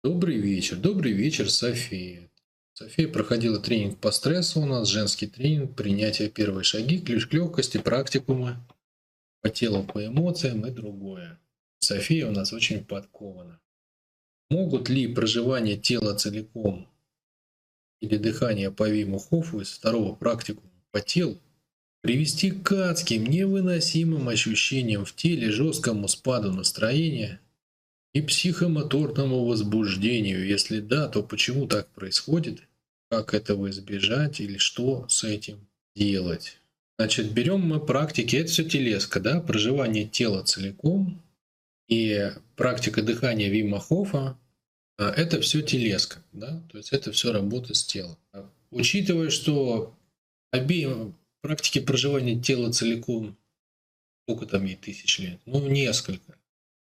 Добрый вечер, София. София проходила тренинг по стрессу у нас, женский тренинг, принятие первые шаги, ключ к легкости, практикумы по телу, по эмоциям и другое. София у нас очень подкована. Могут ли проживание тела целиком или дыхание по Виму Хофу из второго практикума по телу привести к адским, невыносимым ощущениям в теле, жесткому спаду настроения и психомоторному возбуждению? Если да, то почему так происходит? Как этого избежать или что с этим делать? Значит, берем мы практики, это все телеска, да, проживание тела целиком и практика дыхания Вима Хофа, это все телеска, да, то есть это все работа с телом. Учитывая, что обеим практики проживания тела целиком, сколько там ей тысяч лет? Ну, несколько.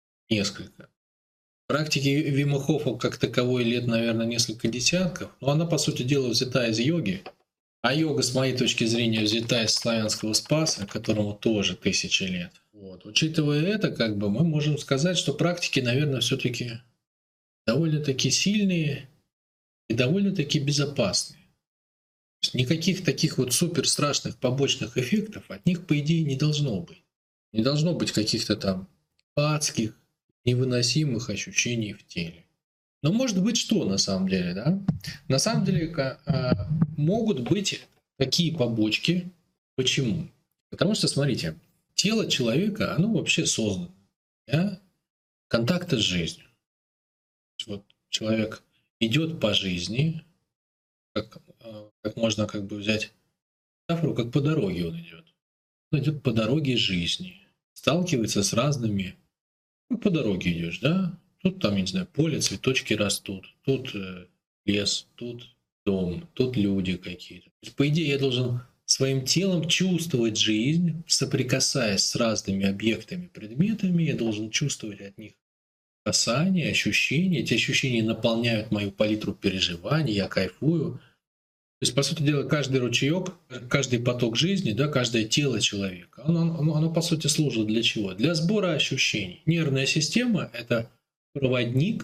Практики Вима Хофа как таковой лет, наверное, несколько десятков, но она, по сути дела, взята из йоги. А йога, с моей точки зрения, взята из славянского спаса, которому тоже тысячи лет. Вот. Учитывая это, мы можем сказать, что практики, наверное, все-таки довольно-таки сильные и довольно-таки безопасные. То есть никаких таких вот супер страшных побочных эффектов от них, по идее, не должно быть. Не должно быть каких-то там адских, невыносимых ощущений в теле. Но может быть что на самом деле, да? На самом деле могут быть такие побочки. Почему? Потому что, смотрите, тело человека, оно вообще создано для контакта с жизнью. Вот человек идет по жизни, как можно взять метафору, как по дороге он идет. Он идет по дороге жизни, сталкивается с разными. По дороге идешь, да? Тут там, я не знаю, поле, цветочки растут, тут лес, тут дом, тут люди какие-то. То есть, по идее, я должен своим телом чувствовать жизнь, соприкасаясь с разными объектами, предметами, я должен чувствовать от них касание, ощущения. Эти ощущения наполняют мою палитру переживаний, я кайфую. То есть, по сути дела, каждый ручеек, каждый поток жизни, да, каждое тело человека, оно по сути служит для чего? Для сбора ощущений. Нервная система – это проводник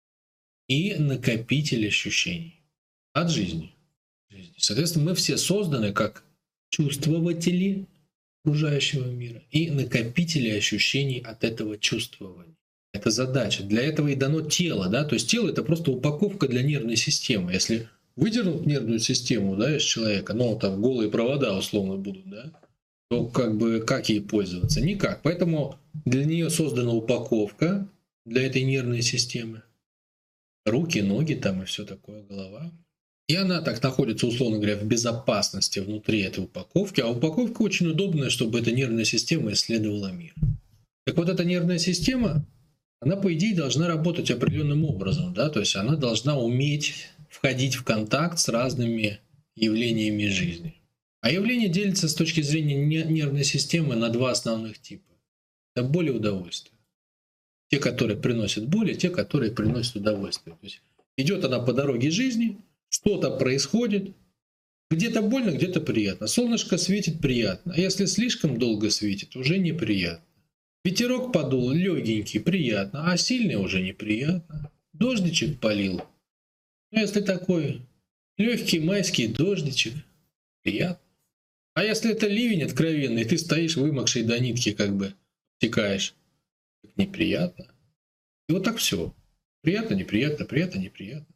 и накопитель ощущений от жизни. Соответственно, мы все созданы как чувствователи окружающего мира и накопители ощущений от этого чувствования. Это задача. Для этого и дано тело. Да? То есть тело – это просто упаковка для нервной системы. Если выдернуть нервную систему, да, из человека, ну, там голые провода условно будут, да, то как ей пользоваться? Никак. Поэтому для нее создана упаковка для этой нервной системы. Руки, ноги там и все такое, голова. И она так находится, условно говоря, в безопасности внутри этой упаковки. А упаковка очень удобная, чтобы эта нервная система исследовала мир. Так вот, эта нервная система, она, по идее, должна работать определенным образом, да, то есть она должна уметь входить в контакт с разными явлениями жизни. А явления делятся с точки зрения нервной системы на два основных типа. Это боль и удовольствие. Те, которые приносят боль, и те, которые приносят удовольствие. То есть идет она по дороге жизни, что-то происходит, где-то больно, где-то приятно. Солнышко светит приятно, а если слишком долго светит, уже неприятно. Ветерок подул легенький, приятно, а сильный уже неприятно. Дождичек полил. Ну, если такой легкий майский дождичек, приятно. А если это ливень откровенный, ты стоишь вымокший до нитки, текаешь, неприятно. И вот так все. Приятно, неприятно, приятно, неприятно.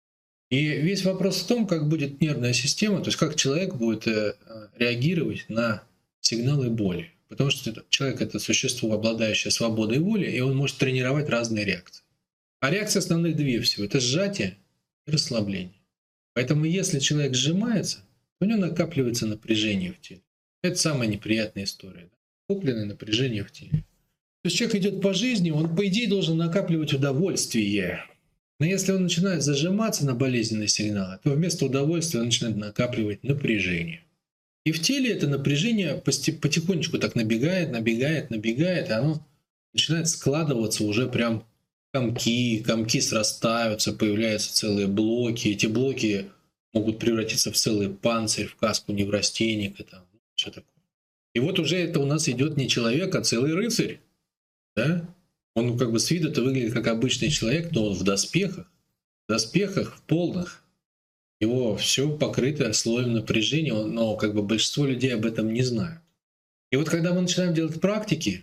И весь вопрос в том, как будет нервная система, то есть как человек будет реагировать на сигналы боли. Потому что человек – это существо, обладающее свободой воли, и он может тренировать разные реакции. А реакции основных две всего – это сжатие и расслабление. Поэтому если человек сжимается, то у него накапливается напряжение в теле. Это самая неприятная история. Накопленное напряжение в теле. То есть человек идет по жизни, он, по идее, должен накапливать удовольствие. Но если он начинает зажиматься на болезненные сигналы, то вместо удовольствия он начинает накапливать напряжение. И в теле это напряжение потихонечку так набегает, и оно начинает складываться уже прям комки срастаются, появляются целые блоки. Эти блоки могут превратиться в целый панцирь, в каску неврастенника, все такое. И вот уже это у нас идет не человек, а целый рыцарь. Да? Он с виду-то выглядит как обычный человек, но он в доспехах. В доспехах, в полных, его все покрыто слоем напряжения, но как бы большинство людей об этом не знают. И вот когда мы начинаем делать практики,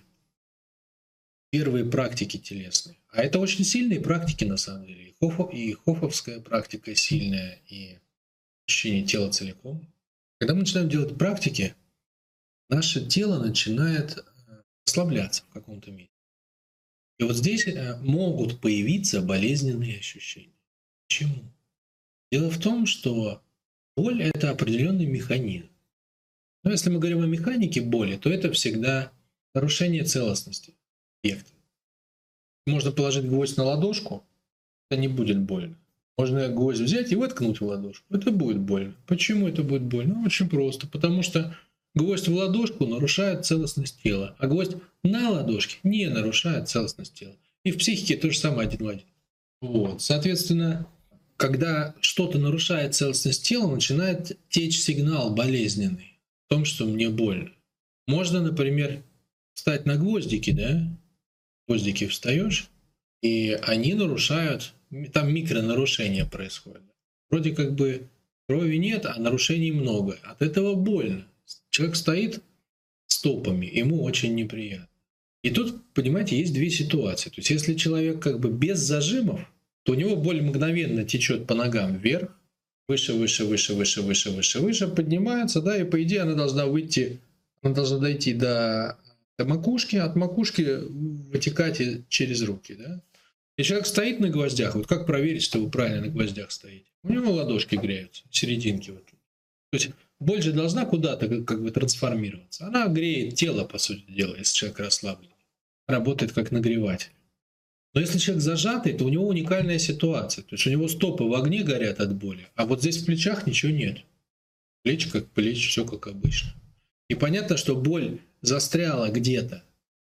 первые практики телесные, а это очень сильные практики на самом деле, и хофовская практика сильная, и ощущение тела целиком. Когда мы начинаем делать практики, наше тело начинает расслабляться в каком-то месте. И вот здесь могут появиться болезненные ощущения. Почему? Дело в том, что боль – это определенный механизм. Но если мы говорим о механике боли, то это всегда нарушение целостности объекта. Можно положить гвоздь на ладошку, это не будет больно. Можно гвоздь взять и воткнуть в ладошку, это будет больно. Почему это будет больно? Очень просто, потому что гвоздь в ладошку нарушает целостность тела, а гвоздь на ладошке не нарушает целостность тела. И в психике то же самое один в один. Вот. Соответственно, когда что-то нарушает целостность тела, начинает течь сигнал болезненный в том, что мне больно. Можно, например, встать на гвоздики, да? Гвоздики встаешь, и они нарушают, там микронарушения происходят. Вроде как бы крови нет, а нарушений много. От этого больно. Человек стоит стопами, ему очень неприятно. И тут, понимаете, есть две ситуации. То есть если человек как бы без зажимов, то у него боль мгновенно течет по ногам вверх, выше, выше, выше, выше, выше, выше, выше, поднимается, да, и по идее она должна дойти до макушки, от макушки вытекать через руки, да. И человек стоит на гвоздях, вот как проверить, что вы правильно на гвоздях стоите? У него ладошки греются, серединки вот. То есть боль же должна куда-то как бы трансформироваться. Она греет тело, по сути дела, если человек расслаблен. Работает как нагреватель. Но если человек зажатый, то у него уникальная ситуация. То есть у него стопы в огне горят от боли, а вот здесь в плечах ничего нет. Плечи как плечи, все как обычно. И понятно, что боль застряла где-то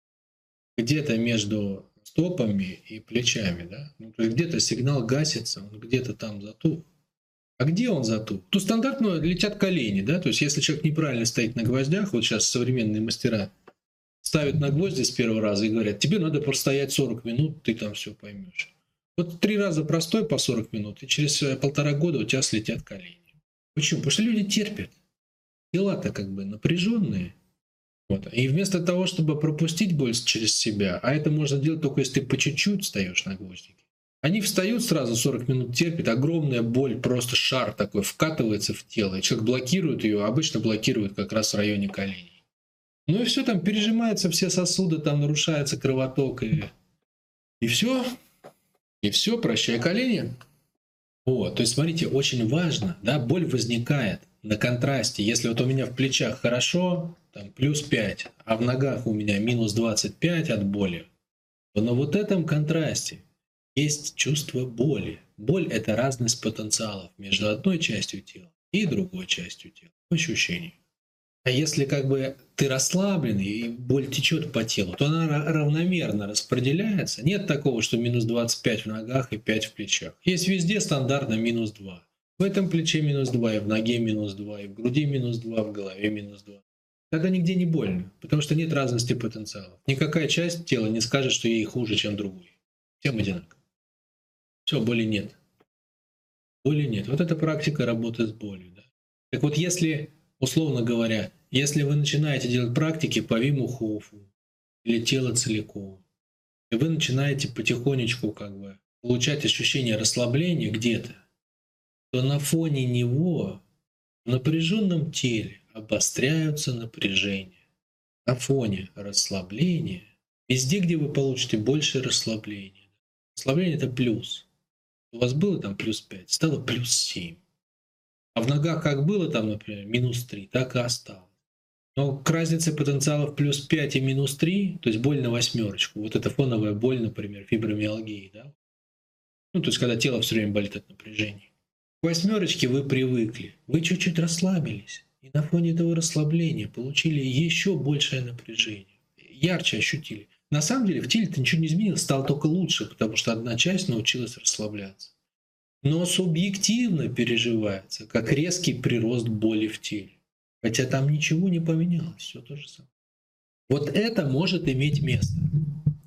между стопами и плечами. Да? Ну, то есть где-то сигнал гасится, он где-то там затух. А где он затух? Тут стандартно летят колени. Да? То есть если человек неправильно стоит на гвоздях, вот сейчас современные мастера ставят на гвозди с первого раза и говорят, тебе надо простоять 40 минут, ты там все поймешь. Вот 3 раза простой по 40 минут, и через 1,5 года у тебя слетят колени. Почему? Потому что люди терпят. Тела-то как бы напряженные. Вот. И вместо того, чтобы пропустить боль через себя, а это можно делать только если ты по чуть-чуть встаешь на гвоздики, они встают сразу, 40 минут терпят, огромная боль, просто шар такой вкатывается в тело, и человек блокирует ее, обычно блокирует как раз в районе коленей. Ну и все, там пережимаются все сосуды, там нарушается кровоток, и все, прощай колени. Вот, то есть, смотрите, очень важно, да, боль возникает на контрасте. Если вот у меня в плечах хорошо, там плюс 5, а в ногах у меня минус 25 от боли, то на вот этом контрасте есть чувство боли. Боль – это разность потенциалов между одной частью тела и другой частью тела, ощущений. А если как бы ты расслабленный и боль течет по телу, то она равномерно распределяется. Нет такого, что минус 25 в ногах и 5 в плечах. Есть везде стандартно минус 2. В этом плече минус 2, и в ноге минус 2, и в груди минус 2, в голове минус 2. Тогда нигде не больно, потому что нет разности потенциалов. Никакая часть тела не скажет, что ей хуже, чем другой. Всем одинаково. Все, боли нет. Боли нет. Вот это практика работы с болью. Да? Так вот, если, условно говоря, если вы начинаете делать практики по Виму Хофу или тело целиком, и вы начинаете потихонечку как бы получать ощущение расслабления где-то, то на фоне него в напряженном теле обостряются напряжения. На фоне расслабления, везде, где вы получите больше расслабления. Расслабление – это плюс. У вас было там плюс 5, стало плюс 7. А в ногах как было там, например, минус 3, так и осталось. Но к разнице потенциалов плюс 5 и минус 3, то есть боль на 8, вот это фоновая боль, например, фибромиалгии, да? Ну, то есть когда тело все время болит от напряжения. К 8 вы привыкли, вы чуть-чуть расслабились. И на фоне этого расслабления получили еще большее напряжение. Ярче ощутили. На самом деле в теле-то ничего не изменилось, стало только лучше, потому что одна часть научилась расслабляться. Но субъективно переживается, как резкий прирост боли в теле. Хотя там ничего не поменялось, все то же самое. Вот это может иметь место.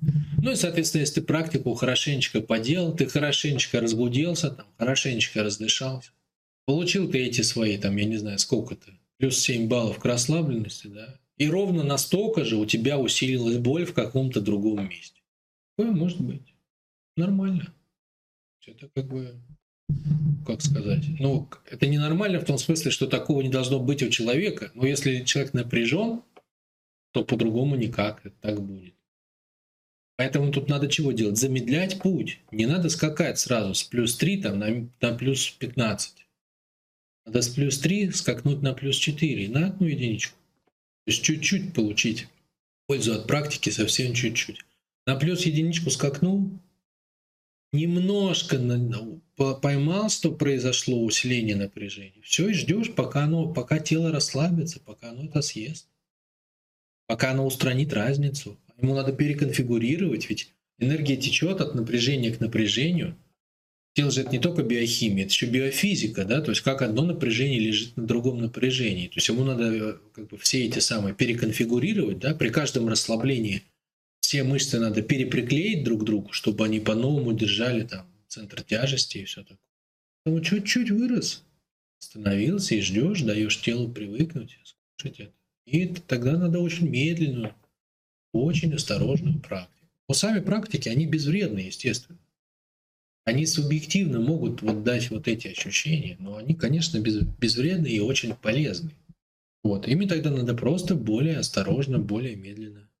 Ну и, соответственно, если ты практику хорошенечко поделал, ты хорошенечко разгуделся, там, хорошенечко раздышался, получил ты эти свои, там, я не знаю, сколько ты, плюс 7 баллов к расслабленности, да, и ровно настолько же у тебя усилилась боль в каком-то другом месте. Такое может быть. Нормально. Это как бы, как сказать, ну, это ненормально в том смысле, что такого не должно быть у человека, но если человек напряжен, то по-другому никак, это так будет. Поэтому тут надо чего делать? Замедлять путь. Не надо скакать сразу с плюс 3 там, на плюс 15. Надо с плюс 3 скакнуть на плюс 4, на одну единичку. То есть чуть-чуть получить пользу от практики, совсем чуть-чуть. На плюс единичку скакнул, немножко поймал, что произошло усиление напряжения. Все, и ждешь, пока тело расслабится, пока оно это съест. Пока оно устранит разницу. Ему надо переконфигурировать, ведь энергия течет от напряжения к напряжению. Тело же это не только биохимия, это еще биофизика, да, то есть как одно напряжение лежит на другом напряжении. То есть ему надо как бы все эти самые переконфигурировать, да, при каждом расслаблении все мышцы надо переприклеить друг к другу, чтобы они по-новому держали там центр тяжести и все такое. Поэтому чуть-чуть вырос, становился и ждешь, даешь телу привыкнуть, слушать это. И тогда надо очень медленную, очень осторожную практику. Но сами практики, они безвредны, естественно. Они субъективно могут вот дать вот эти ощущения, но они, конечно, безвредны и очень полезны. Вот. Ими тогда надо просто более осторожно, более медленно